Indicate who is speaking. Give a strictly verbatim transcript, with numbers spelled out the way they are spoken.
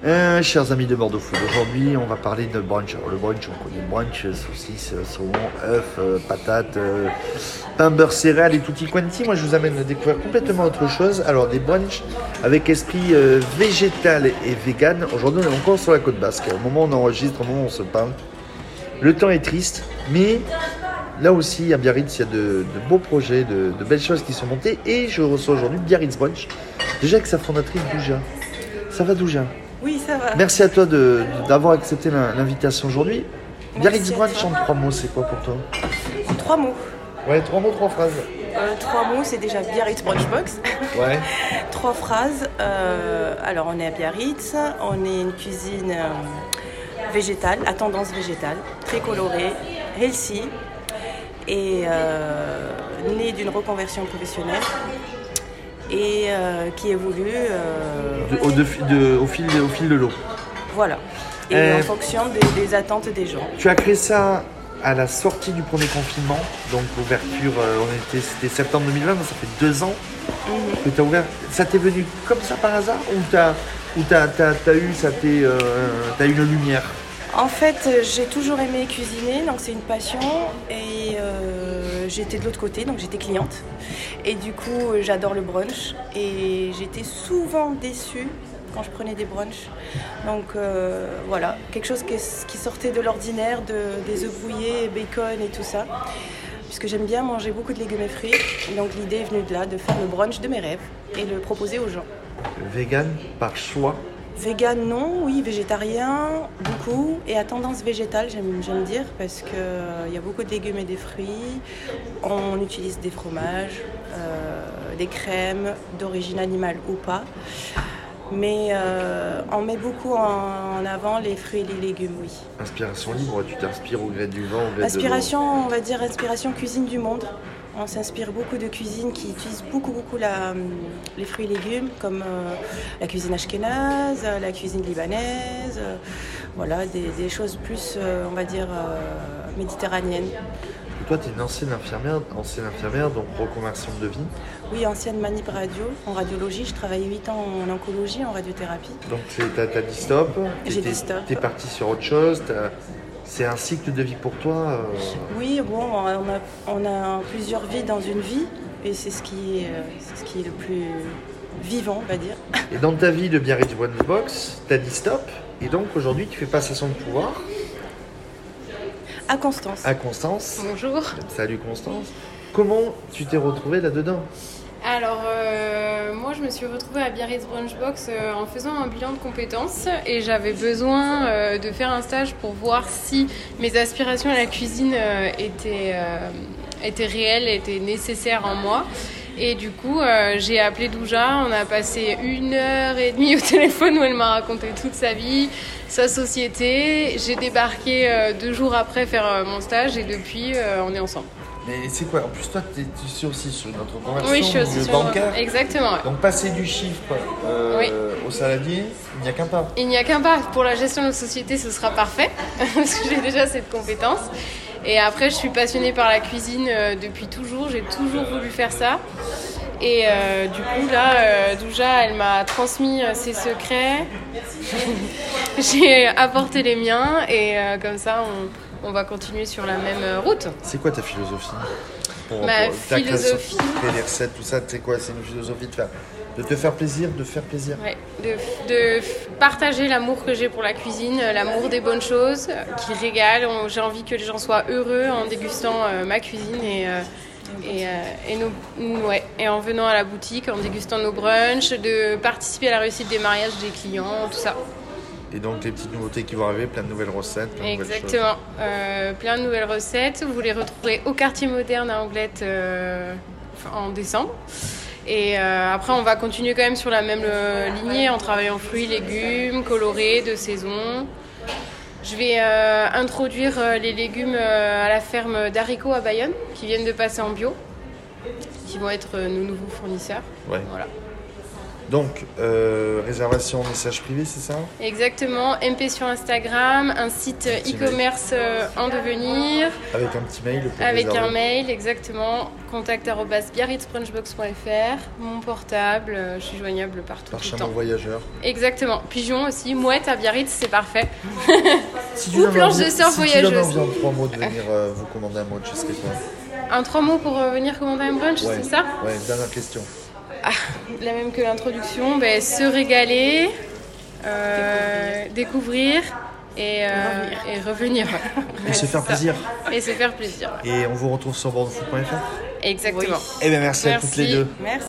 Speaker 1: Euh, chers amis de Bordeaux Food, aujourd'hui on va parler de brunch. Alors le brunch, on connaît brunch, saucisses, saumon, œufs, euh, patates, euh, pain, beurre, céréales et tutti quanti. Moi je vous amène à découvrir complètement autre chose. Alors des brunchs avec esprit euh, végétal et vegan. Aujourd'hui on est encore sur la côte basque. Au moment où on enregistre, au moment où on se parle, le temps est triste, mais là aussi à Biarritz il y a de, de beaux projets, de, de belles choses qui sont montées. Et je reçois aujourd'hui Biarritz Brunch, déjà avec sa fondatrice Douja. Ça va Douja?
Speaker 2: Oui, ça va.
Speaker 1: Merci à toi de, de, d'avoir accepté l'invitation aujourd'hui. Biarritz Brunch en trois mots, c'est quoi pour toi?
Speaker 2: Trois mots.
Speaker 1: Ouais, trois mots, trois phrases.
Speaker 2: Euh, trois mots, c'est déjà Biarritz Brunch Box.
Speaker 1: Ouais.
Speaker 2: Trois phrases. Euh, alors, on est à Biarritz. On est une cuisine euh, végétale, à tendance végétale, très colorée, healthy, et euh, née d'une reconversion professionnelle. Et euh, qui évolue euh,
Speaker 1: de, au, de, de, au, fil, au fil de l'eau.
Speaker 2: Voilà. Et euh, en fonction des, des attentes des gens.
Speaker 1: Tu as créé ça à la sortie du premier confinement, donc l'ouverture, euh, on était, c'était septembre deux mille vingt, donc ça fait deux ans mm-hmm. que tu as ouvert. Ça t'est venu comme ça par hasard ou t'as, ou t'as, t'as, t'as eu, ça t'est, euh, t'as eu une lumière?
Speaker 2: En fait, j'ai toujours aimé cuisiner, donc c'est une passion. Et euh, j'étais de l'autre côté, donc j'étais cliente. Et du coup, j'adore le brunch. Et j'étais souvent déçue quand je prenais des brunchs. Donc euh, voilà, quelque chose qui, qui sortait de l'ordinaire, de, des œufs brouillés, bacon et tout ça. Puisque j'aime bien manger beaucoup de légumes et fruits. Et donc l'idée est venue de là, de faire le brunch de mes rêves et le proposer aux gens.
Speaker 1: Vegan par choix?
Speaker 2: Vegan, non, oui, végétarien, beaucoup, et à tendance végétale, j'aime, j'aime dire, parce qu'il euh, y a beaucoup de légumes et des fruits. On utilise des fromages, euh, des crèmes, d'origine animale ou pas. Mais euh, on met beaucoup en, en avant les fruits et les légumes, oui.
Speaker 1: Inspiration libre, tu t'inspires au gré du vent, au gré
Speaker 2: Inspiration,
Speaker 1: de l'eau.
Speaker 2: On va dire inspiration cuisine du monde. On s'inspire beaucoup de cuisines qui utilisent beaucoup, beaucoup la, les fruits et légumes, comme euh, la cuisine ashkénaze, la cuisine libanaise, euh, voilà, des, des choses plus, euh, on va dire, euh, méditerranéennes.
Speaker 1: Et toi, tu es une ancienne infirmière, ancienne infirmière, donc reconversion de vie.
Speaker 2: Oui, ancienne manip radio, en radiologie. Je travaillais huit ans en oncologie, en radiothérapie.
Speaker 1: Donc tu as dit stop.
Speaker 2: J'ai dit stop.
Speaker 1: Tu es partie sur autre chose. T'as... C'est un cycle de vie pour toi euh...
Speaker 2: Oui, bon, on a, on a plusieurs vies dans une vie, et c'est ce qui est, c'est ce qui est le plus vivant, on va dire.
Speaker 1: Et dans ta vie de Biarritz Brunch Box, tu as dit stop, et donc aujourd'hui tu fais passation de pouvoir
Speaker 2: à Constance.
Speaker 1: À Constance.
Speaker 3: Bonjour.
Speaker 1: Salut Constance. Comment tu t'es retrouvée là-dedans?
Speaker 3: Alors, euh, moi, je me suis retrouvée à Biarritz Brunch Box euh, en faisant un bilan de compétences et j'avais besoin euh, de faire un stage pour voir si mes aspirations à la cuisine euh, étaient, euh, étaient réelles, étaient nécessaires en moi. Et du coup, euh, j'ai appelé Douja, on a passé une heure et demie au téléphone où elle m'a raconté toute sa vie, sa société. J'ai débarqué euh, deux jours après faire euh, mon stage et depuis, euh, on est ensemble.
Speaker 1: Mais c'est quoi? En plus, toi, tu es aussi sur notre conversion
Speaker 3: oui, je suis aussi
Speaker 1: de
Speaker 3: sur
Speaker 1: bancaire.
Speaker 3: Notre... Exactement. Ouais.
Speaker 1: Donc, passer du chiffre euh, oui. au salarié, il n'y a qu'un pas.
Speaker 3: Il n'y a qu'un pas. Pour la gestion de notre société, ce sera parfait parce que j'ai déjà cette compétence. Et après, je suis passionnée par la cuisine euh, depuis toujours. J'ai toujours voulu faire ça. Et euh, du coup, là, euh, Douja, elle m'a transmis euh, ses secrets. J'ai apporté les miens et euh, comme ça, on, on va continuer sur la même route.
Speaker 1: C'est quoi ta philosophie pour,
Speaker 3: Ma
Speaker 1: pour
Speaker 3: philosophie.
Speaker 1: Les recettes, tout ça, c'est quoi? C'est une philosophie de faire, de te faire plaisir, de faire plaisir.
Speaker 3: Ouais, de, de partager l'amour que j'ai pour la cuisine, l'amour des bonnes choses, qui régale. J'ai envie que les gens soient heureux en dégustant euh, ma cuisine et euh, Et, euh, et, nous, ouais, et en venant à la boutique, en dégustant nos brunchs, de participer à la réussite des mariages des clients, tout ça.
Speaker 1: Et donc les petites nouveautés qui vont arriver, plein de nouvelles recettes. Plein
Speaker 3: Exactement, de euh, plein de nouvelles recettes. Vous les retrouverez au quartier moderne à Anglette euh, en décembre. Et euh, après, on va continuer quand même sur la même euh, lignée en travaillant fruits, légumes, colorés, de saison. Je vais euh, introduire euh, les légumes euh, à la ferme d'haricots à Bayonne, qui viennent de passer en bio, qui vont être euh, nos nouveaux fournisseurs.
Speaker 1: Ouais.
Speaker 3: Voilà.
Speaker 1: Donc, euh, réservation, message privé, c'est ça?
Speaker 3: Exactement, M P sur Instagram, un site e-commerce euh, en devenir.
Speaker 1: Avec un petit mail pour
Speaker 3: Avec
Speaker 1: réserver.
Speaker 3: un mail, exactement. Contact arobase biarritzbrunchbox point f r. Mon portable, euh, je suis joignable partout.
Speaker 1: Par
Speaker 3: tout le
Speaker 1: chameau
Speaker 3: temps.
Speaker 1: voyageur.
Speaker 3: Exactement. Pigeon aussi, mouette à Biarritz, c'est parfait.
Speaker 1: Si
Speaker 3: Ou planche de
Speaker 1: envie,
Speaker 3: surf
Speaker 1: si tu
Speaker 3: voyageuse.
Speaker 1: donnes envie en trois mots de venir euh, vous commander un brunch, ce serait quoi?
Speaker 3: Un trois mots pour euh, venir commander un brunch,
Speaker 1: Ouais.
Speaker 3: c'est ça?
Speaker 1: Ouais, dernière question.
Speaker 3: La même que l'introduction, ben, se régaler, euh, découvrir et, euh, et revenir.
Speaker 1: Et se faire plaisir.
Speaker 3: Et se faire plaisir.
Speaker 1: Et on vous retrouve sur bordeauxfood point f r.
Speaker 3: Exactement.
Speaker 1: Eh bien, merci, à toutes les
Speaker 3: Merci.
Speaker 1: deux.
Speaker 2: Merci.